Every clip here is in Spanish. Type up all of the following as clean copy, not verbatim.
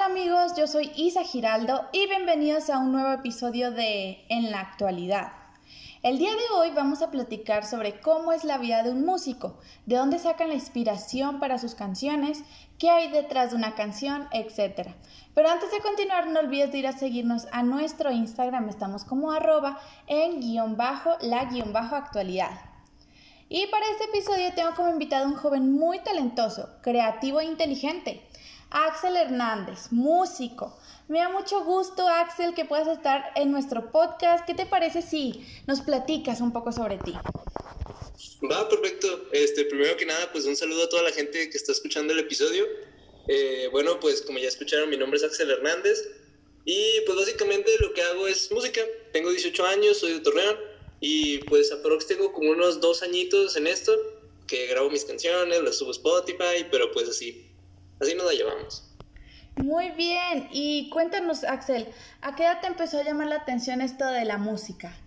Hola amigos, yo soy Isa Giraldo y bienvenidos a un nuevo episodio de En la actualidad. El día de hoy vamos a platicar sobre cómo es la vida de un músico, de dónde sacan la inspiración para sus canciones, qué hay detrás de una canción, etc. Pero antes de continuar, no olvides de ir a seguirnos a nuestro Instagram, estamos como @en_la_actualidad. Y para este episodio tengo como invitado a un joven muy talentoso, creativo e inteligente, Axel Hernández, músico. Me da mucho gusto, Axel, que puedas estar en nuestro podcast. ¿Qué te parece si nos platicas un poco sobre ti? Va, perfecto. Primero que nada, pues un saludo a toda la gente que está escuchando el episodio. Bueno, pues como ya escucharon, mi nombre es Axel Hernández y pues básicamente lo que hago es música. Tengo 18 años, soy de Torreón y pues aprox tengo como unos 2 añitos en esto, que grabo mis canciones, las subo a Spotify, pero pues así nos la llevamos. Muy bien, y cuéntanos, Axel, ¿a qué edad te empezó a llamar la atención esto de la música?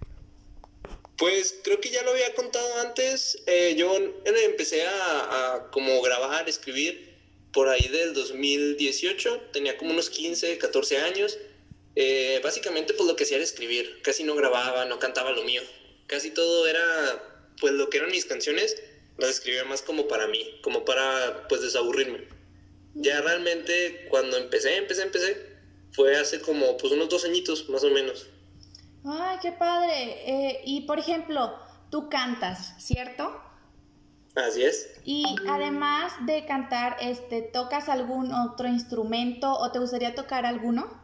Pues creo que ya lo había contado antes. Yo empecé a como grabar, escribir por ahí del 2018. Tenía como unos 15, 14 años. Básicamente pues lo que hacía era escribir. Casi no grababa, no cantaba lo mío. Casi todo era pues lo que eran mis canciones. Las escribía más como para mí, como para pues desaburrirme. Ya realmente cuando empecé, fue hace como pues unos 2 añitos más o menos. ¡Ay, qué padre! Y por ejemplo, tú cantas, ¿cierto? Así es. Y además de cantar, ¿tocas algún otro instrumento o te gustaría tocar alguno?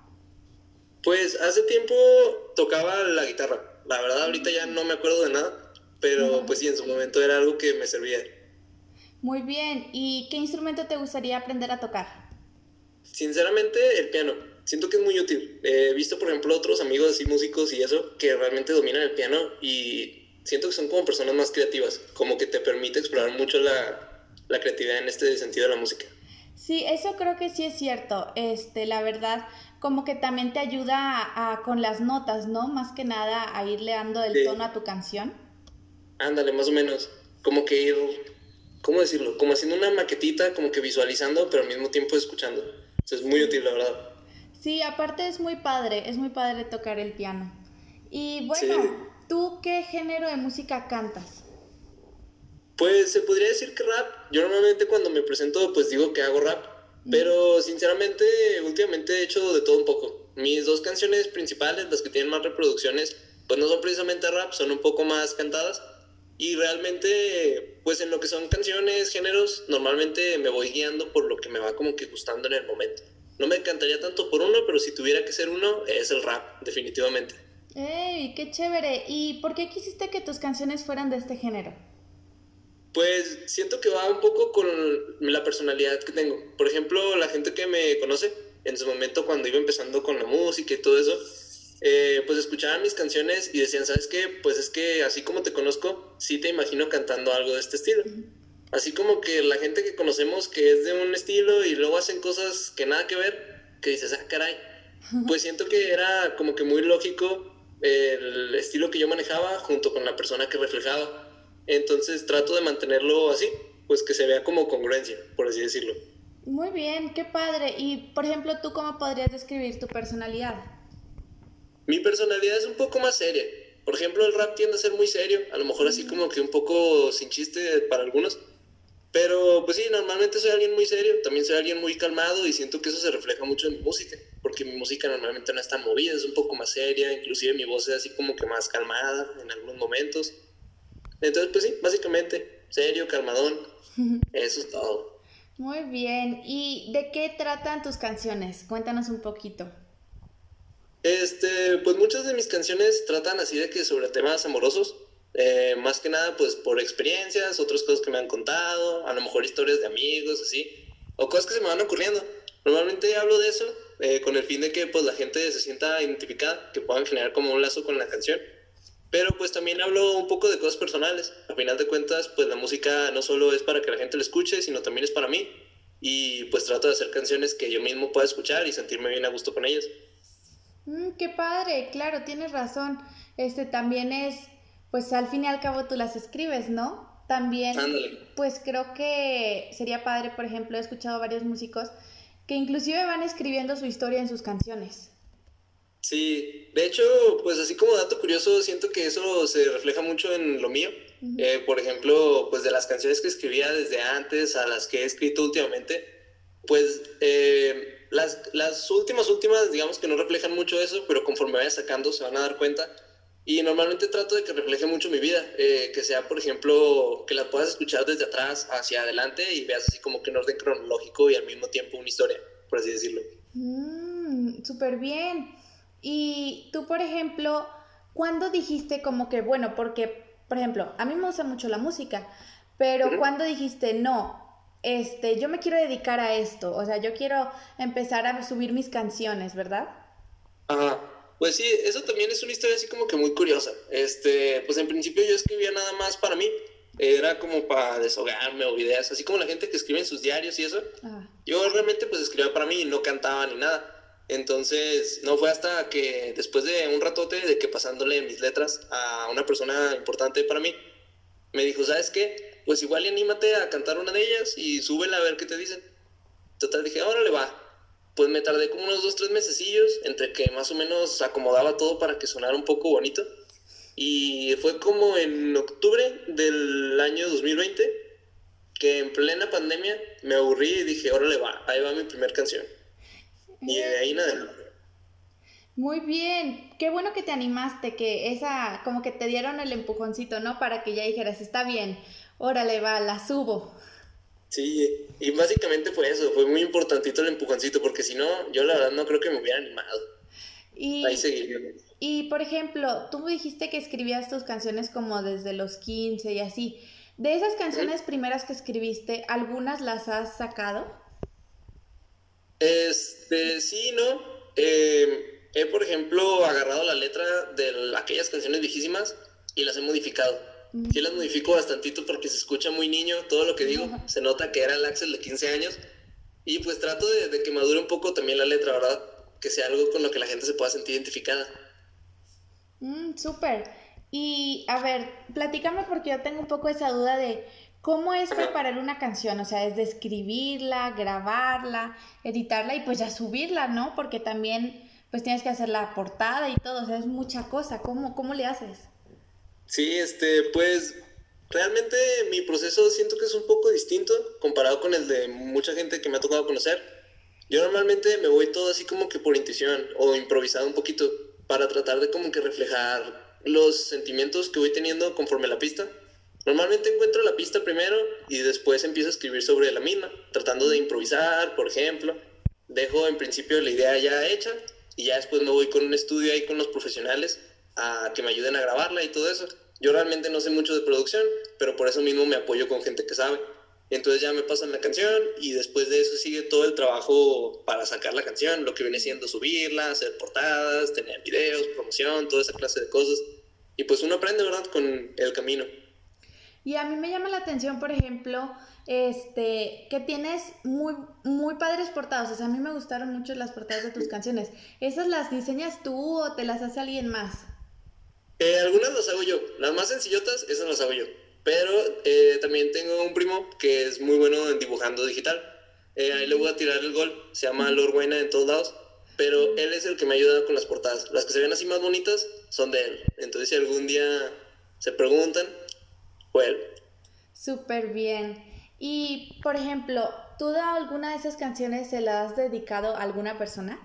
Pues hace tiempo tocaba la guitarra. La verdad ahorita ya no me acuerdo de nada, pero pues sí, en su momento era algo que me servía. Muy bien. ¿Y qué instrumento te gustaría aprender a tocar? Sinceramente, el piano. Siento que es muy útil. He visto, por ejemplo, otros amigos así músicos y eso, que realmente dominan el piano y siento que son como personas más creativas, como que te permite explorar mucho la creatividad en este sentido de la música. Sí, eso creo que sí es cierto. La verdad, como que también te ayuda con las notas, ¿no? Más que nada a irle dando el Sí. tono a tu canción. Ándale, más o menos. Como que ir, ¿cómo decirlo? Como haciendo una maquetita, como que visualizando, pero al mismo tiempo escuchando. O sea, es muy útil, la verdad. Sí, aparte es muy padre tocar el piano. Y Sí. bueno, ¿tú qué género de música cantas? Pues se podría decir que rap. Yo normalmente cuando me presento pues digo que hago rap, pero sinceramente últimamente he hecho de todo un poco. Mis 2 canciones principales, las que tienen más reproducciones, pues no son precisamente rap, son un poco más cantadas. Y realmente pues en lo que son canciones, géneros, normalmente me voy guiando por lo que me va como que gustando en el momento. No me encantaría tanto por uno, pero si tuviera que ser uno, es el rap, definitivamente. ¡Ey, qué chévere! ¿Y por qué quisiste que tus canciones fueran de este género? Pues siento que va un poco con la personalidad que tengo. Por ejemplo, la gente que me conoce, en su momento cuando iba empezando con la música y todo eso, pues escuchaban mis canciones y decían, ¿sabes qué? Pues es que así como te conozco, sí te imagino cantando algo de este estilo. Así como que la gente que conocemos que es de un estilo y luego hacen cosas que nada que ver, que dices, ah, caray. Pues siento que era como que muy lógico el estilo que yo manejaba junto con la persona que reflejaba. Entonces trato de mantenerlo así, pues que se vea como congruencia, por así decirlo. Muy bien, qué padre. Y por ejemplo, ¿tú cómo podrías describir tu personalidad? Mi personalidad es un poco más seria. Por ejemplo, el rap tiende a ser muy serio, a lo mejor así como que un poco sin chiste para algunos. Pero pues sí, normalmente soy alguien muy serio, también soy alguien muy calmado y siento que eso se refleja mucho en mi música, porque mi música normalmente no es tan movida, es un poco más seria, inclusive mi voz es así como que más calmada en algunos momentos. Entonces pues sí, básicamente, serio, calmadón, eso es todo. Muy bien. ¿Y de qué tratan tus canciones? Cuéntanos un poquito. Pues muchas de mis canciones tratan así de que sobre temas amorosos, más que nada pues por experiencias, otras cosas que me han contado, a lo mejor historias de amigos, así, o cosas que se me van ocurriendo. Normalmente hablo de eso con el fin de que pues la gente se sienta identificada, que puedan generar como un lazo con la canción. Pero pues también hablo un poco de cosas personales. A final de cuentas, pues la música no solo es para que la gente la escuche, sino también es para mí. Y pues trato de hacer canciones que yo mismo pueda escuchar y sentirme bien a gusto con ellas. Qué padre, claro, tienes razón. También es, pues al fin y al cabo tú las escribes, ¿no? También, Ándale. pues creo que sería padre, por ejemplo, he escuchado a varios músicos que inclusive van escribiendo su historia en sus canciones. Sí, de hecho, pues así como dato curioso, siento que eso se refleja mucho en lo mío. Por ejemplo, pues de las canciones que escribía desde antes a las que he escrito últimamente, pues las últimas, digamos que no reflejan mucho eso, pero conforme vaya sacando se van a dar cuenta. Y normalmente trato de que refleje mucho mi vida, que sea, por ejemplo, que la puedas escuchar desde atrás hacia adelante y veas así como que en orden cronológico y al mismo tiempo una historia, por así decirlo. Súper bien. Y tú, por ejemplo, ¿cuándo dijiste como que, bueno, porque, por ejemplo, a mí me gusta mucho la música, pero ¿cuándo dijiste, no, yo me quiero dedicar a esto? O sea, yo quiero empezar a subir mis canciones, ¿verdad? Ajá. Pues sí, eso también es una historia así como que muy curiosa. Pues en principio yo escribía nada más para mí. Era como para desahogarme o ideas, así como la gente que escribe en sus diarios y eso. Ah. Yo realmente pues escribía para mí y no cantaba ni nada. Entonces no fue hasta que después de un ratote de que pasándole mis letras a una persona importante para mí, me dijo, ¿sabes qué? Pues igual y anímate a cantar una de ellas y súbela a ver qué te dicen. Total dije, órale va. Pues me tardé como unos 2, 3 mesecillos entre que más o menos acomodaba todo para que sonara un poco bonito. Y fue como en octubre del año 2020 que en plena pandemia me aburrí y dije, órale va, ahí va mi primer canción. Y de ahí nada. Muy bien, qué bueno que te animaste, que como que te dieron el empujoncito, ¿no? Para que ya dijeras, está bien, órale, va, la subo. Sí, y básicamente fue eso, fue muy importantito el empujoncito, porque si no, yo la verdad no creo que me hubiera animado. Ahí Y, seguiría. y, por ejemplo, tú dijiste que escribías tus canciones como desde los 15 y así. De esas canciones primeras que escribiste, ¿algunas las has sacado? Sí, ¿no? He, por ejemplo, agarrado la letra de aquellas canciones viejísimas y las he modificado. Sí las modifico bastantito porque se escucha muy niño todo lo que digo. Se nota que era el Axel de 15 años. Y pues trato de que madure un poco también la letra, ¿verdad? Que sea algo con lo que la gente se pueda sentir identificada. Súper. Y a ver, platícame porque yo tengo un poco esa duda de cómo es Ajá. preparar una canción, o sea, es de escribirla, grabarla, editarla y pues ya subirla, ¿no? Porque también pues tienes que hacer la portada y todo, o sea, es mucha cosa. ¿Cómo le haces? Sí, pues realmente mi proceso siento que es un poco distinto comparado con el de mucha gente que me ha tocado conocer. Yo normalmente me voy todo así como que por intuición o improvisado un poquito para tratar de como que reflejar los sentimientos que voy teniendo conforme la pista. Normalmente encuentro la pista primero y después empiezo a escribir sobre la misma, tratando de improvisar, por ejemplo. Dejo en principio la idea ya hecha y ya después me voy con un estudio ahí con los profesionales a que me ayuden a grabarla y todo eso. Yo realmente no sé mucho de producción, pero por eso mismo me apoyo con gente que sabe. Entonces ya me pasan la canción y después de eso sigue todo el trabajo para sacar la canción, lo que viene siendo subirla, hacer portadas, tener videos, promoción, toda esa clase de cosas. Y pues uno aprende, ¿verdad? Con el camino. Y a mí me llama la atención, por ejemplo, que tienes muy padres portadas. O sea, a mí me gustaron mucho las portadas de tus canciones. ¿Esas las diseñas tú o te las hace alguien más? Algunas las hago yo, las más sencillotas, esas las hago yo. Pero también tengo un primo que es muy bueno en dibujando digital. Ahí le voy a tirar el gol, se llama Lord Buena en todos lados. Pero él es el que me ha ayudado con las portadas. Las que se ven así más bonitas son de él. Entonces, si algún día se preguntan, fue él. Súper bien. Y, por ejemplo, ¿tú de alguna de esas canciones se las has dedicado a alguna persona?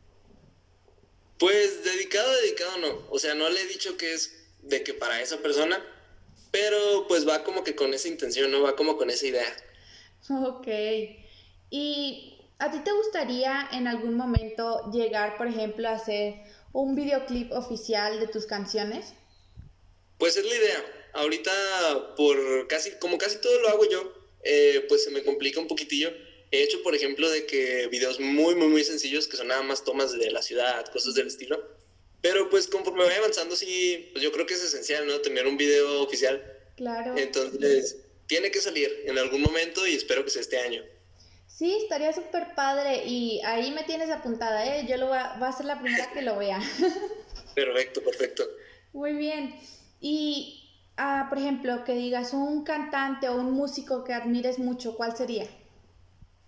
Pues dedicado no. O sea, no le he dicho que es de que para esa persona, pero pues va como que con esa intención, ¿no? Va como con esa idea. Ok. ¿Y a ti te gustaría en algún momento llegar, por ejemplo, a hacer un videoclip oficial de tus canciones? Pues es la idea. Ahorita, como casi todo lo hago yo, pues se me complica un poquitillo. He hecho, por ejemplo, de que videos muy sencillos, que son nada más tomas de la ciudad, cosas del estilo. Pero pues conforme vaya avanzando, sí, pues yo creo que es esencial, ¿no? Tener un video oficial. Claro. Entonces, tiene que salir en algún momento y espero que sea este año. Sí, estaría súper padre y ahí me tienes apuntada, ¿eh? Va a ser la primera que lo vea. Perfecto, perfecto. Muy bien. Y, por ejemplo, que digas un cantante o un músico que admires mucho, ¿cuál sería?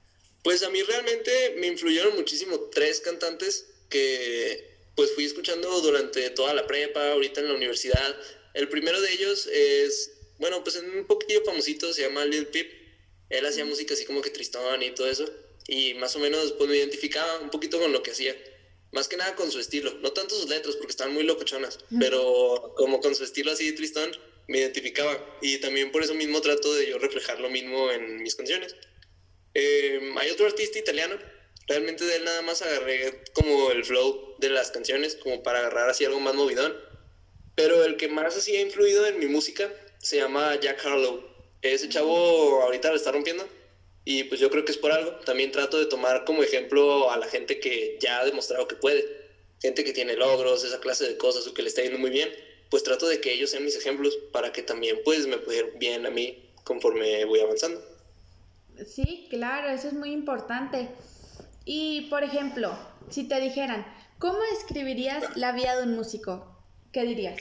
Pues a mí realmente me influyeron muchísimo tres cantantes que pues fui escuchando durante toda la prepa, ahorita en la universidad. El primero de ellos es, bueno, pues un poquillo famosito, se llama Lil Peep. Él hacía música así como que tristón y todo eso. Y más o menos pues me identificaba un poquito con lo que hacía. Más que nada con su estilo, no tanto sus letras porque estaban muy locochonas, pero como con su estilo así tristón me identificaba. Y también por eso mismo trato de yo reflejar lo mismo en mis canciones. Hay otro artista italiano, realmente de él nada más agarré como el flow de las canciones, como para agarrar así algo más movidón. Pero el que más así ha influido en mi música se llama Jack Harlow. Ese chavo ahorita lo está rompiendo y pues yo creo que es por algo. También trato de tomar como ejemplo a la gente que ya ha demostrado que puede. Gente que tiene logros, esa clase de cosas o que le está yendo muy bien. Pues trato de que ellos sean mis ejemplos para que también pues me pueda ir bien a mí conforme voy avanzando. Sí, claro, eso es muy importante. Y, por ejemplo, si te dijeran, ¿cómo describirías la vida de un músico? ¿Qué dirías?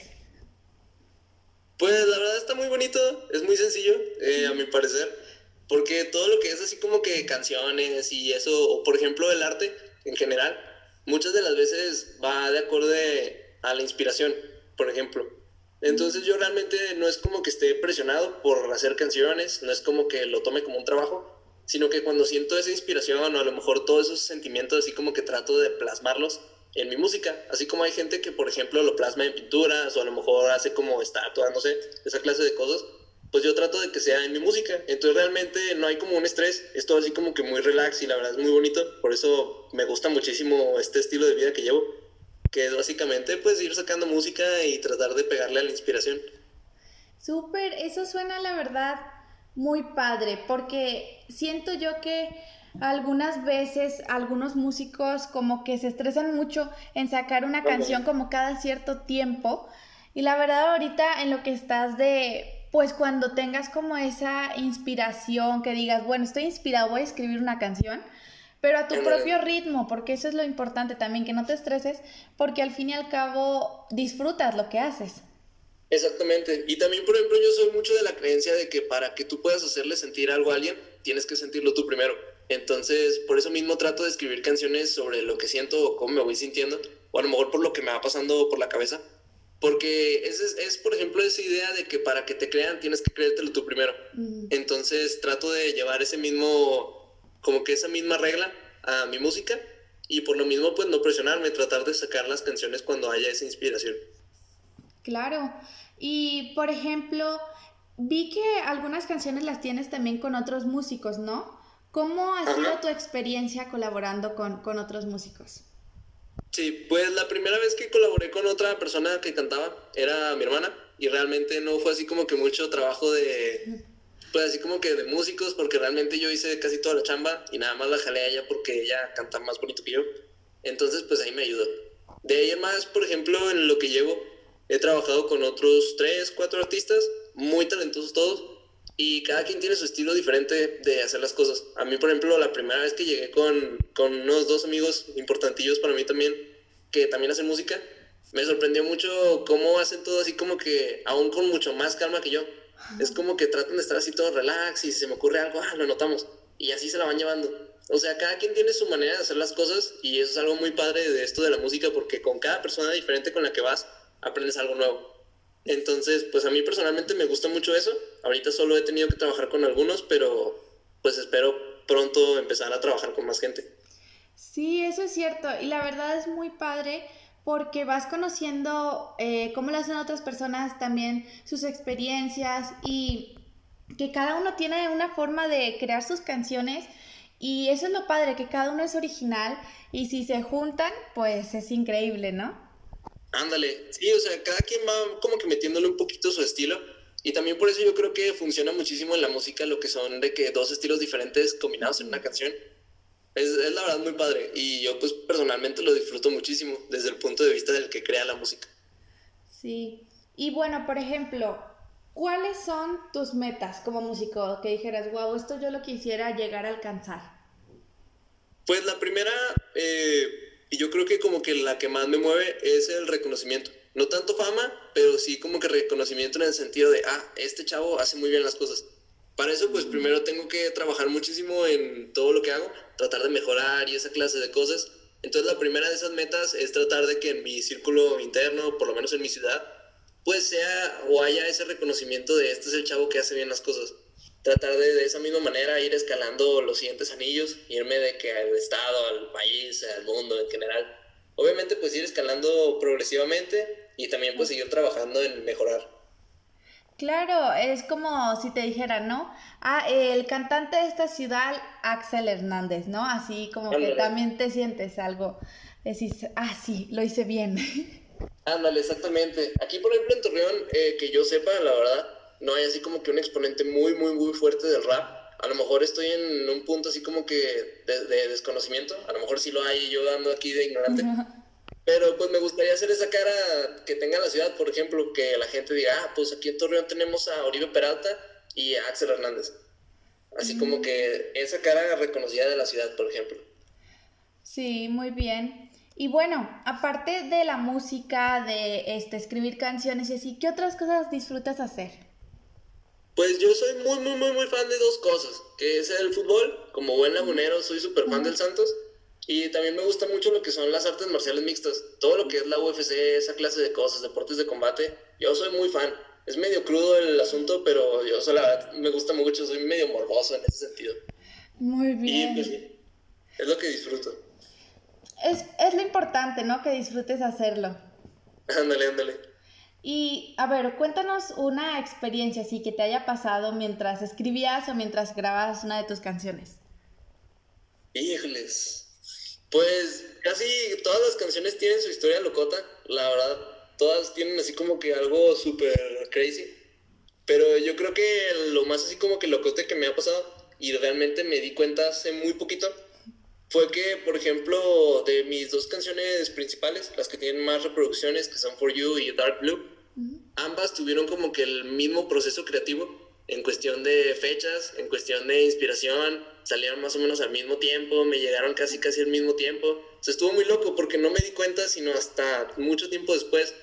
Pues la verdad está muy bonito, es muy sencillo, a mi parecer, porque todo lo que es así como que canciones y eso, o por ejemplo el arte en general, muchas de las veces va de acorde a la inspiración, por ejemplo. Entonces yo realmente no es como que esté presionado por hacer canciones, no es como que lo tome como un trabajo, sino que cuando siento esa inspiración o a lo mejor todos esos sentimientos así como que trato de plasmarlos en mi música, así como hay gente que por ejemplo lo plasma en pinturas o a lo mejor hace como estatuas, no sé, esa clase de cosas, pues yo trato de que sea en mi música, entonces realmente no hay como un estrés, es todo así como que muy relax y la verdad es muy bonito, por eso me gusta muchísimo este estilo de vida que llevo, que es básicamente pues ir sacando música y tratar de pegarle a la inspiración. Súper, eso suena la verdad muy padre, porque siento yo que algunas veces algunos músicos como que se estresan mucho en sacar una canción como cada cierto tiempo, y la verdad ahorita en lo que estás de, pues cuando tengas como esa inspiración, que digas, bueno, estoy inspirado, voy a escribir una canción, pero a tu propio ritmo, porque eso es lo importante también, que no te estreses, porque al fin y al cabo disfrutas lo que haces. Exactamente. Y también, por ejemplo, yo soy mucho de la creencia de que para que tú puedas hacerle sentir algo a alguien, tienes que sentirlo tú primero. Entonces, por eso mismo trato de escribir canciones sobre lo que siento o cómo me voy sintiendo, o a lo mejor por lo que me va pasando por la cabeza. Porque por ejemplo, esa idea de que para que te crean tienes que creértelo tú primero. Mm. Entonces, trato de llevar ese mismo, como que esa misma regla a mi música y por lo mismo, pues no presionarme, tratar de sacar las canciones cuando haya esa inspiración. Claro. Y por ejemplo, vi que algunas canciones las tienes también con otros músicos, ¿no? ¿Cómo ha sido Ajá. tu experiencia colaborando con otros músicos? Sí, pues la primera vez que colaboré con otra persona que cantaba era mi hermana y realmente no fue así como que mucho trabajo pues así como que de músicos porque realmente yo hice casi toda la chamba y nada más la jalé a ella porque ella canta más bonito que yo. Entonces pues ahí me ayudó. De ahí en más, por ejemplo, en lo que llevo, he trabajado con otros tres, cuatro artistas, muy talentosos todos, y cada quien tiene su estilo diferente de hacer las cosas. A mí, por ejemplo, la primera vez que llegué con unos dos amigos importantillos para mí también, que también hacen música, me sorprendió mucho cómo hacen todo así como que aún con mucho más calma que yo. Es como que tratan de estar así todo relax y si se me ocurre algo, lo notamos. Y así se la van llevando. O sea, cada quien tiene su manera de hacer las cosas y eso es algo muy padre de esto de la música porque con cada persona diferente con la que vas, aprendes algo nuevo. Entonces, pues a mí personalmente me gusta mucho eso. Ahorita solo he tenido que trabajar con algunos, pero pues espero pronto empezar a trabajar con más gente. Sí, eso es cierto. Y la verdad es muy padre porque vas conociendo cómo lo hacen otras personas, también sus experiencias y que cada uno tiene una forma de crear sus canciones y eso es lo padre, que cada uno es original y si se juntan, pues es increíble, ¿no? Ándale, sí, o sea, cada quien va como que metiéndole un poquito su estilo y también por eso yo creo que funciona muchísimo en la música lo que son de que dos estilos diferentes combinados en una canción. Es la verdad muy padre y yo pues personalmente lo disfruto muchísimo desde el punto de vista del que crea la música. Sí. Y bueno, por ejemplo, ¿cuáles son tus metas como músico? Que dijeras, wow, esto yo lo quisiera llegar a alcanzar. Pues la primera, y yo creo que como que la que más me mueve es el reconocimiento. No tanto fama, pero sí como que reconocimiento en el sentido de, este chavo hace muy bien las cosas. Para eso, pues primero tengo que trabajar muchísimo en todo lo que hago, tratar de mejorar y esa clase de cosas. Entonces, la primera de esas metas es tratar de que en mi círculo interno, por lo menos en mi ciudad, pues sea o haya ese reconocimiento de este es el chavo que hace bien las cosas. Tratar de esa misma manera ir escalando los siguientes anillos, irme de que al estado, al país, al mundo en general. Obviamente, pues ir escalando progresivamente y también pues seguir trabajando en mejorar. Claro, es como si te dijera, ¿no? Ah, el cantante de esta ciudad, Axel Hernández, ¿no? Así como que Ándale. también te sientes algo, decís, ah, sí, lo hice bien. Ándale, exactamente. Aquí, por ejemplo, en Torreón, que yo sepa, la verdad, no hay así como que un exponente muy, muy, muy fuerte del rap. A lo mejor estoy en un punto así como que de desconocimiento. A lo mejor sí lo hay, yo ando aquí de ignorante. Pero pues me gustaría hacer esa cara que tenga la ciudad, por ejemplo, que la gente diga, ah, pues aquí en Torreón tenemos a Oribe Peralta y a Axel Hernández. Así como Mm, que esa cara reconocida de la ciudad, por ejemplo. sí, muy bien. Y bueno, aparte de la música, de escribir canciones y así, ¿qué otras cosas disfrutas hacer? Pues yo soy muy, muy, muy, muy fan de dos cosas, que es el fútbol, como buen Ujú. lagunero soy súper fan del Santos, y también me gusta mucho lo que son las artes marciales mixtas, todo lo que es la UFC, esa clase de cosas, deportes de combate, yo soy muy fan. Es medio crudo el asunto, pero yo la verdad me gusta mucho, soy medio morboso en ese sentido. Muy Y pues bien. sí, es lo que disfruto. Es lo importante, ¿no? Que disfrutes hacerlo. Ándale, ándale. Y a ver, cuéntanos una experiencia así que te haya pasado mientras escribías o mientras grababas una de tus canciones. Híjoles. Pues casi todas las canciones tienen su historia locota, la verdad. Todas tienen así como que algo súper crazy. Pero yo creo que lo más así como que locote que me ha pasado, y realmente me di cuenta hace muy poquito, fue que, por ejemplo, de mis dos canciones principales, las que tienen más reproducciones, que son For You y Dark Blue, ambas tuvieron como que el mismo proceso creativo en cuestión de fechas, en cuestión de inspiración, salieron más o menos al mismo tiempo, me llegaron casi casi al mismo tiempo. O sea, estuvo muy loco porque no me di cuenta sino hasta mucho tiempo después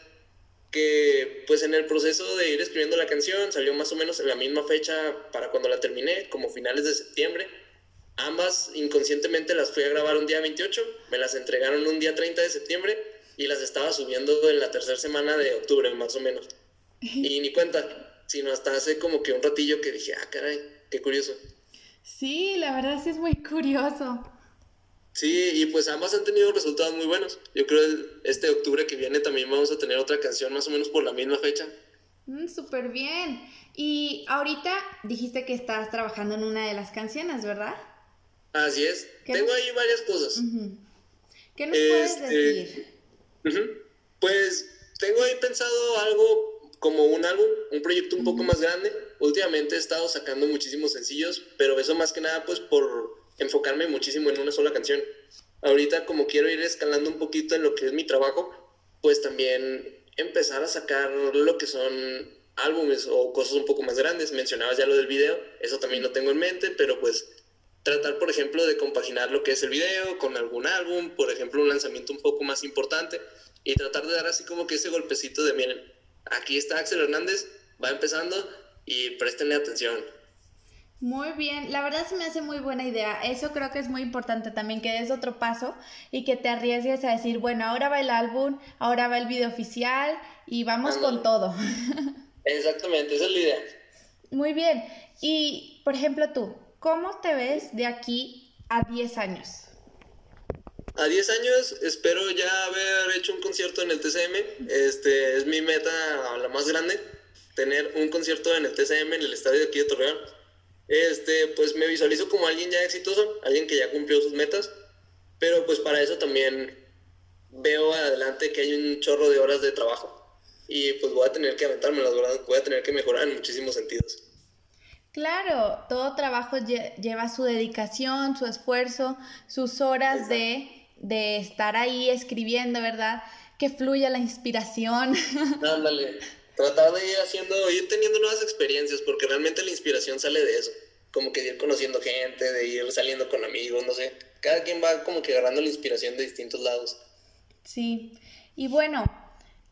que pues en el proceso de ir escribiendo la canción salió más o menos en la misma fecha para cuando la terminé, como finales de septiembre. Ambas inconscientemente las fui a grabar un día 28, me las entregaron un día 30 de septiembre y las estaba subiendo en la tercera semana de octubre más o menos. Y ni cuenta, sino hasta hace como que un ratillo que dije, ah, caray, qué curioso. Sí, la verdad sí es muy curioso. Sí, y pues ambas han tenido resultados muy buenos. Yo creo este octubre que viene también vamos a tener otra canción más o menos por la misma fecha. Súper bien. Y ahorita dijiste que estabas trabajando en una de las canciones, ¿verdad? Así es, ¿Qué tengo nos, ahí varias cosas. Ujú. ¿Qué nos puedes Este, decir? ujú. Pues tengo ahí pensado algo como un álbum, un proyecto un poco Ujú. más grande. Últimamente he estado sacando muchísimos sencillos, pero eso más que nada pues por enfocarme muchísimo en una sola canción. Ahorita como quiero ir escalando un poquito en lo que es mi trabajo, pues también empezar a sacar lo que son álbumes o cosas un poco más grandes. Mencionabas ya lo del video, eso también lo tengo en mente, pero pues tratar, por ejemplo, de compaginar lo que es el video con algún álbum, por ejemplo, un lanzamiento un poco más importante y tratar de dar así como que ese golpecito de, miren, aquí está Axel Hernández, va empezando y préstenle atención. Muy bien, la verdad se me hace muy buena idea. Eso creo que es muy importante también, que des otro paso y que te arriesgues a decir, bueno, ahora va el álbum, ahora va el video oficial y vamos con Ándale. todo. Exactamente, esa es la idea. Muy bien. Y, por ejemplo, tú, ¿cómo te ves de aquí a 10 años? A 10 años espero ya haber hecho un concierto en el TCM. Este es mi meta la más grande, tener un concierto en el TCM, en el estadio de aquí de Torreón. Pues me visualizo como alguien ya exitoso, alguien que ya cumplió sus metas, pero pues para eso también veo adelante que hay un chorro de horas de trabajo y pues voy a tener que aventármelas, ¿verdad? Voy a tener que mejorar en muchísimos sentidos. Claro, todo trabajo lleva su dedicación, su esfuerzo, sus horas Exacto. de estar ahí escribiendo, ¿verdad? Que fluya la inspiración. Ándale, tratar de ir haciendo, ir teniendo nuevas experiencias, porque realmente la inspiración sale de eso, como que de ir conociendo gente, de ir saliendo con amigos, no sé, cada quien va como que agarrando la inspiración de distintos lados. Sí. Y bueno,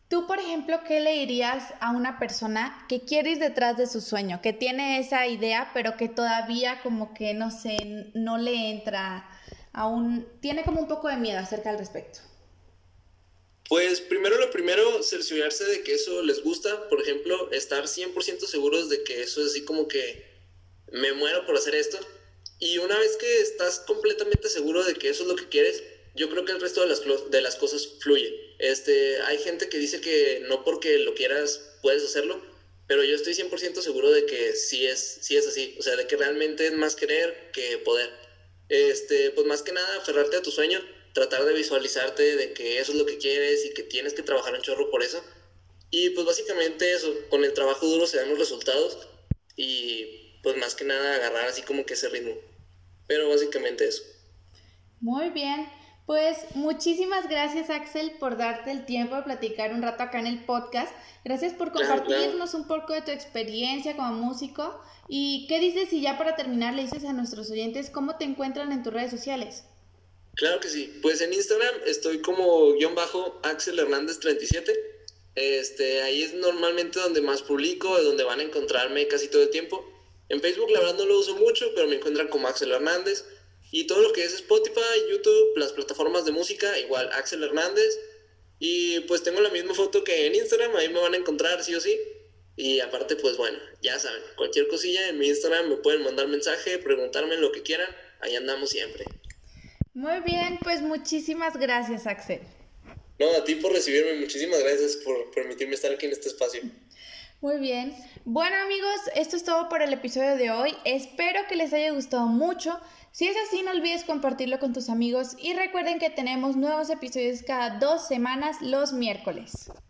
Tú, por ejemplo, ¿qué le dirías a una persona que quiere ir detrás de su sueño, que tiene esa idea, pero que todavía como que, no sé, no le entra, aún tiene como un poco de miedo acerca al respecto? Pues primero lo primero, cerciorarse de que eso les gusta, por ejemplo, estar 100% seguros de que eso es así como que me muero por hacer esto. Y una vez que estás completamente seguro de que eso es lo que quieres, yo creo que el resto de las cosas fluye. Hay gente que dice que no porque lo quieras puedes hacerlo, pero yo estoy 100% seguro de que sí es así. O sea, de que realmente es más querer que poder. Pues más que nada, aferrarte a tu sueño, tratar de visualizarte de que eso es lo que quieres y que tienes que trabajar un chorro por eso. Y pues básicamente eso, con el trabajo duro se dan los resultados y pues más que nada agarrar así como que ese ritmo. Pero básicamente eso. Muy bien, pues muchísimas gracias Axel por darte el tiempo de platicar un rato acá en el podcast. Gracias por Claro, claro. compartirnos un poco de tu experiencia como músico. ¿Y qué dices si ya para terminar le dices a nuestros oyentes cómo te encuentran en tus redes sociales? Claro que sí. Pues en Instagram estoy como guión bajo Axel Hernández 37. Ahí es normalmente donde más publico, donde van a encontrarme casi todo el tiempo. En Facebook la verdad no lo uso mucho, pero me encuentran como Axel Hernández. Y todo lo que es Spotify, YouTube, las plataformas de música, igual Axel Hernández. Y pues tengo la misma foto que en Instagram, ahí me van a encontrar sí o sí. Y aparte, pues bueno, ya saben, cualquier cosilla en mi Instagram me pueden mandar mensaje, preguntarme lo que quieran, ahí andamos siempre. Muy bien, pues muchísimas gracias Axel. No, a ti por recibirme, muchísimas gracias por permitirme estar aquí en este espacio. Muy bien. Bueno amigos, esto es todo por el episodio de hoy. Espero que les haya gustado mucho. Si es así, no olvides compartirlo con tus amigos y recuerden que tenemos nuevos episodios cada 2 semanas los miércoles.